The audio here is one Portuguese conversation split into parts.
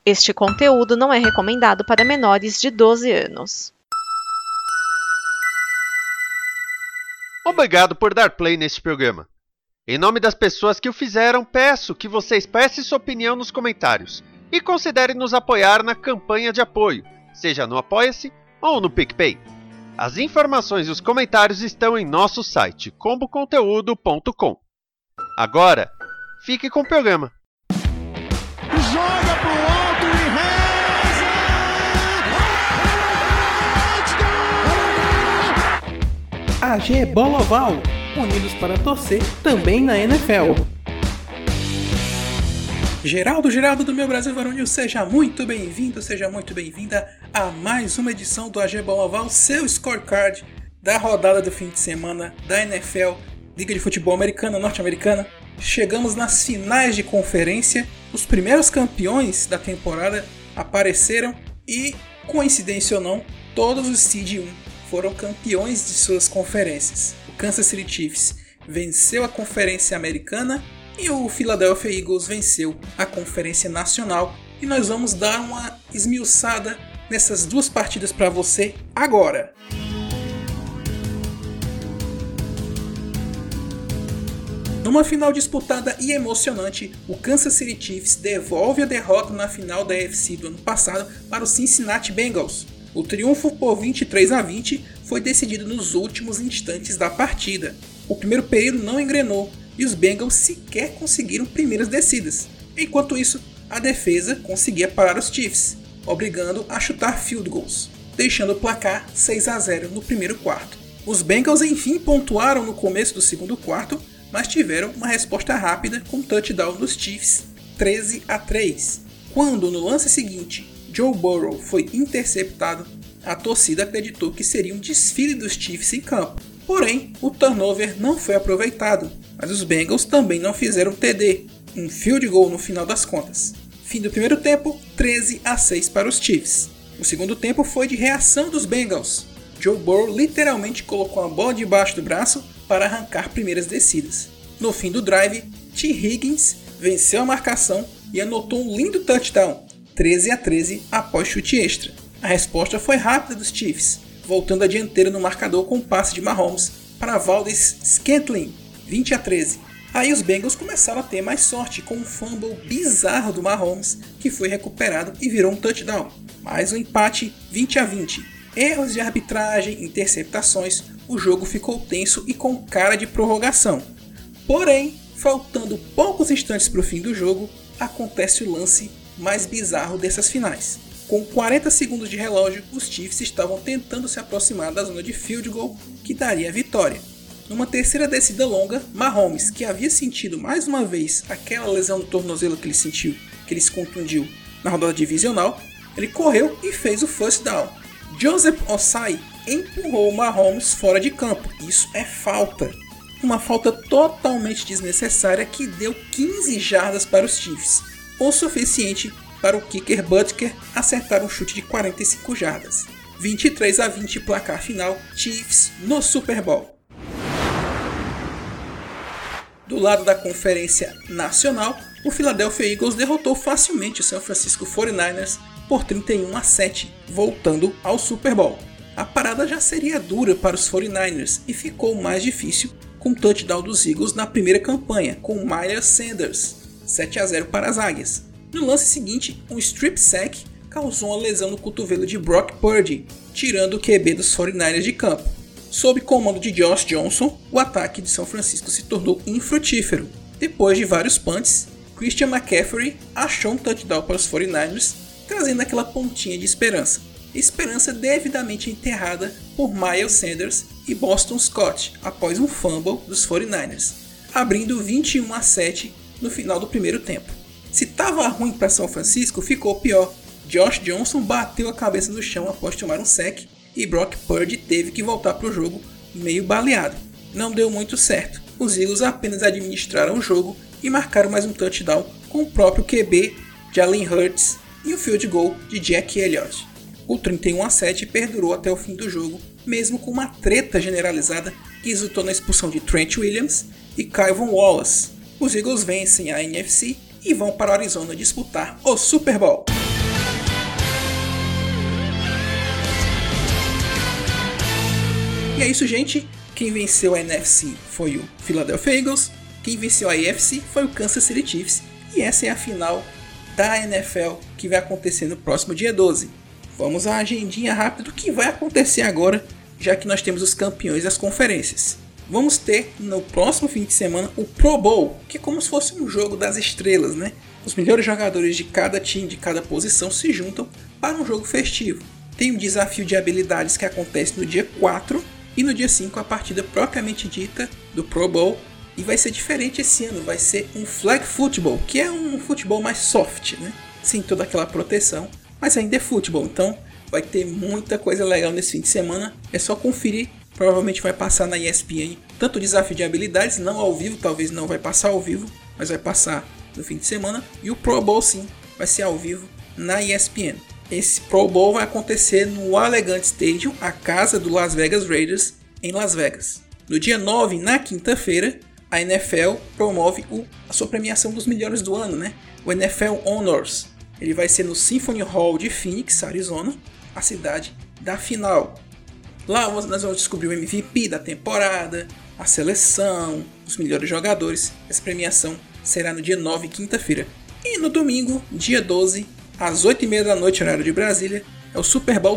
Este conteúdo não é recomendado para menores de 12 anos. Obrigado por dar play neste programa. Em nome das pessoas que o fizeram, peço que você expresse sua opinião nos comentários e considere nos apoiar na campanha de apoio, seja no Apoia-se ou no PicPay. As informações e os comentários estão em nosso site comboconteúdo.com. Agora, fique com o programa. Joga pro alto e reza! AG Bola Oval, unidos para torcer também na NFL. Geraldo do meu Brasil Varonil, seja muito bem-vindo, seja muito bem-vinda a mais uma edição do AG Bola Oval, seu scorecard da rodada do fim de semana da NFL, Liga de Futebol Americana, Norte-Americana. Chegamos nas finais de conferência, os primeiros campeões da temporada apareceram e, coincidência ou não, todos os Seed 1 foram campeões de suas conferências. O Kansas City Chiefs venceu a Conferência Americana e o Philadelphia Eagles venceu a Conferência Nacional. E nós vamos dar uma esmiuçada nessas duas partidas para você agora. Numa final disputada e emocionante, o Kansas City Chiefs devolve a derrota na final da AFC do ano passado para o Cincinnati Bengals. O triunfo por 23-20 foi decidido nos últimos instantes da partida. O primeiro período não engrenou e os Bengals sequer conseguiram primeiras descidas. Enquanto isso, a defesa conseguia parar os Chiefs, obrigando a chutar field goals, deixando o placar 6-0 no primeiro quarto. Os Bengals enfim pontuaram no começo do segundo quarto, mas tiveram uma resposta rápida com touchdown dos Chiefs 13-3. Quando no lance seguinte Joe Burrow foi interceptado, a torcida acreditou que seria um desfile dos Chiefs em campo. Porém, o turnover não foi aproveitado, mas os Bengals também não fizeram TD, um field goal no final das contas. Fim do primeiro tempo, 13-6 para os Chiefs. O segundo tempo foi de reação dos Bengals. Joe Burrow literalmente colocou a bola debaixo do braço para arrancar primeiras descidas. No fim do drive, T. Higgins venceu a marcação e anotou um lindo touchdown, 13-13 após chute extra. A resposta foi rápida dos Chiefs, voltando a dianteira no marcador com um passe de Mahomes para Valdez Scantling, 20-13. Aí os Bengals começaram a ter mais sorte com um fumble bizarro do Mahomes, que foi recuperado e virou um touchdown. Mais um empate, 20-20. Erros de arbitragem, interceptações, o jogo ficou tenso e com cara de prorrogação. Porém, faltando poucos instantes para o fim do jogo, acontece o lance mais bizarro dessas finais. Com 40 segundos de relógio, os Chiefs estavam tentando se aproximar da zona de field goal que daria a vitória. Numa terceira descida longa, Mahomes, que havia sentido mais uma vez aquela lesão no tornozelo que ele se contundiu na rodada divisional, ele correu e fez o first down. Joseph Ossai empurrou o Mahomes fora de campo. Isso é falta. Uma falta totalmente desnecessária que deu 15 jardas para os Chiefs, o suficiente para o kicker Butker acertar um chute de 45 jardas. 23-20 placar final, Chiefs no Super Bowl. Do lado da Conferência Nacional, o Philadelphia Eagles derrotou facilmente o San Francisco 49ers por 31-7, voltando ao Super Bowl. A parada já seria dura para os 49ers e ficou mais difícil com o touchdown dos Eagles na primeira campanha, com Miles Sanders, 7-0 para as Águias. No lance seguinte, um strip sack causou uma lesão no cotovelo de Brock Purdy, tirando o QB dos 49ers de campo. Sob comando de Josh Johnson, o ataque de São Francisco se tornou infrutífero. Depois de vários punts, Christian McCaffrey achou um touchdown para os 49ers, trazendo aquela pontinha de esperança. Esperança devidamente enterrada por Miles Sanders e Boston Scott após um fumble dos 49ers, abrindo 21-7 no final do primeiro tempo. Se estava ruim para São Francisco, ficou pior. Josh Johnson bateu a cabeça no chão após tomar um sack e Brock Purdy teve que voltar para o jogo meio baleado. Não deu muito certo. Os Eagles apenas administraram o jogo e marcaram mais um touchdown com o próprio QB Jalen Hurts e o field goal de Jack Elliott. O 31-7 perdurou até o fim do jogo, mesmo com uma treta generalizada que resultou na expulsão de Trent Williams e Kayvon Wallace. Os Eagles vencem a NFC e vão para o Arizona disputar o Super Bowl. E é isso, gente. Quem venceu a NFC foi o Philadelphia Eagles. Quem venceu a AFC foi o Kansas City Chiefs. E essa é a final da NFL que vai acontecer no próximo dia 12. Vamos à agendinha rápida do que vai acontecer agora, já que nós temos os campeões das conferências. Vamos ter no próximo fim de semana o Pro Bowl, que é como se fosse um jogo das estrelas, né? Os melhores jogadores de cada time, de cada posição, se juntam para um jogo festivo. Tem um desafio de habilidades que acontece no dia 4 e no dia 5 a partida propriamente dita do Pro Bowl. E vai ser diferente esse ano, vai ser um flag football, que é um futebol mais soft, né? Sem toda aquela proteção, mas ainda é futebol, então vai ter muita coisa legal nesse fim de semana. É só conferir, provavelmente vai passar na ESPN, tanto o desafio de habilidades, não ao vivo, talvez não vai passar ao vivo, mas vai passar no fim de semana. E o Pro Bowl sim, vai ser ao vivo na ESPN. Esse Pro Bowl vai acontecer no Allegiant Stadium, a casa do Las Vegas Raiders, em Las Vegas. No dia 9, na quinta-feira, a NFL promove a sua premiação dos melhores do ano, né? O NFL Honors. Ele vai ser no Symphony Hall de Phoenix, Arizona, a cidade da final. Lá nós vamos descobrir o MVP da temporada, a seleção, os melhores jogadores. Essa premiação será no dia 9, quinta-feira. E no domingo, dia 12, às 8h30 da noite, horário de Brasília, é o Super Bowl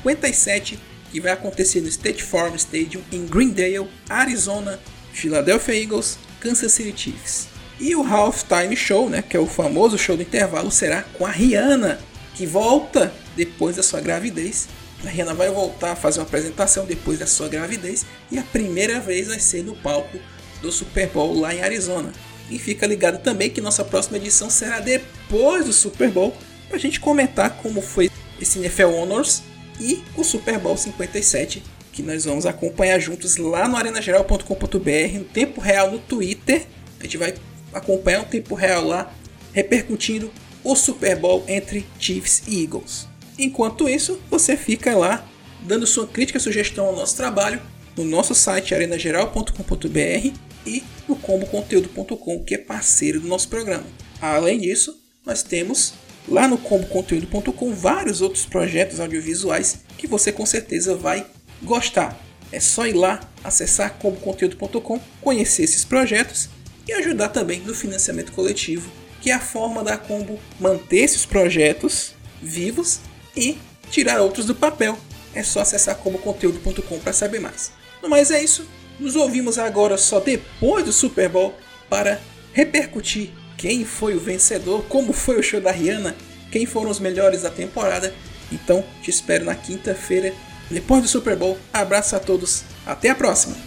57, que vai acontecer no State Farm Stadium em Greendale, Arizona, Philadelphia Eagles, Kansas City Chiefs. E o Halftime Show, né, que é o famoso show do intervalo, será com a Rihanna, que volta depois da sua gravidez. A Rihanna vai voltar a fazer uma apresentação depois da sua gravidez e a primeira vez vai ser no palco do Super Bowl lá em Arizona. E fica ligado também que nossa próxima edição será depois do Super Bowl, para a gente comentar como foi esse NFL Honors e o Super Bowl 57, que nós vamos acompanhar juntos lá no arenageral.com.br, no tempo real no Twitter. A gente vai acompanhar o tempo real lá, repercutindo o Super Bowl entre Chiefs e Eagles. Enquanto isso, você fica lá dando sua crítica e sugestão ao nosso trabalho no nosso site arenageral.com.br e no comboconteúdo.com, que é parceiro do nosso programa. Além disso, nós temos lá no comboconteúdo.com vários outros projetos audiovisuais que você com certeza vai gostar. É só ir lá, acessar comboconteúdo.com, conhecer esses projetos e ajudar também no financiamento coletivo, que é a forma da Combo manter esses projetos vivos e tirar outros do papel. É só acessar comboconteúdo.com para saber mais. No mais é isso, nos ouvimos agora só depois do Super Bowl para repercutir quem foi o vencedor, como foi o show da Rihanna, quem foram os melhores da temporada. Então te espero na quinta-feira, depois do Super Bowl. Abraço a todos, até a próxima!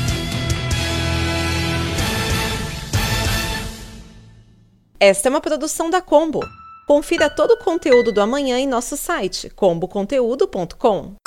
Esta é uma produção da Combo. Confira todo o conteúdo do amanhã em nosso site comboconteúdo.com.